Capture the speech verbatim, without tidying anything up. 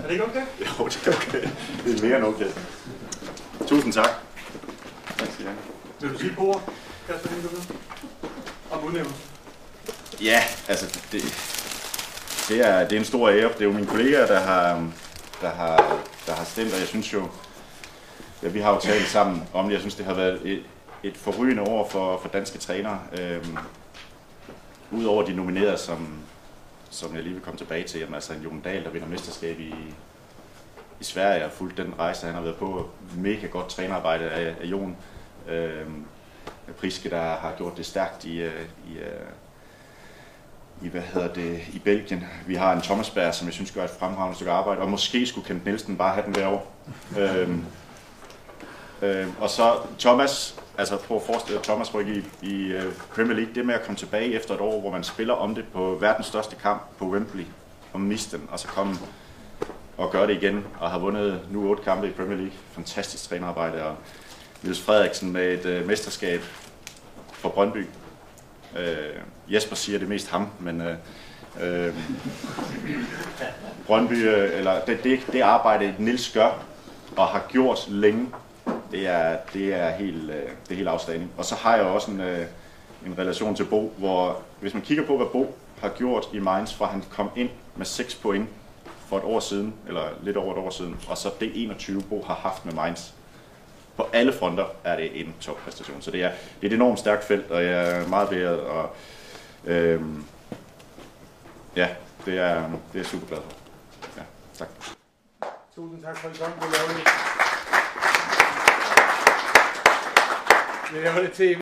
det ikke okay? Jo, det er okay. Det er mere end okay. Tusind tak. Tak skal I have. Vil du sige på ord, Kasper Ingerbød? Om udnævnelse? Ja, altså det, det, er, det er en stor ære. Det er jo mine kollegaer, der har, der har, der har stemt, og jeg synes jo, ja, vi har jo talt sammen om det. Jeg synes, det har været et, et forrygende år for, for danske trænere. Øhm, Udover de nominerede, som, som jeg lige vil komme tilbage til, jamen, altså en Jon Dahl, der vinder mesterskab i, i Sverige, og fulgt den rejse, han har været på. Mega godt trænerarbejde af, af Jon. Øhm, Priske, der har gjort det stærkt i, i, i, hvad hedder det, i Belgien. Vi har en Thomas Berg, som jeg synes gør et fremragende stykke arbejde, og måske skulle Kent Nielsen bare have den derovre. øhm, øhm, og så Thomas, altså prøv at forestille dig Thomas rykke i, i Premier League, det med at komme tilbage efter et år, hvor man spiller om det på verdens største kamp på Wembley, og miste den, og så komme og gøre det igen, og har vundet nu otte kampe i Premier League. Fantastisk trænerarbejde, og Niels Frederiksen med et øh, mesterskab for Brøndby. Øh, Jesper siger det mest ham, men øh, øh, Brøndby, øh, eller det, det, det arbejde Niels gør og har gjort længe, det er, det er helt, øh, det er helt afstanding. Og så har jeg også en, øh, en relation til Bo, hvor hvis man kigger på, hvad Bo har gjort i Mainz, fra han kom ind med seks point for et år siden, eller lidt over et år siden, og så det enogtyve Bo har haft med Mainz. På alle fronter er det en toppræstation, så det er, det er et enormt stærkt felt, og jeg er meget beæret, og øhm, ja, det er, det er jeg super glad for. Ja, tak. Tusind tak for, at I kom. Vi laver det. Vi laver det til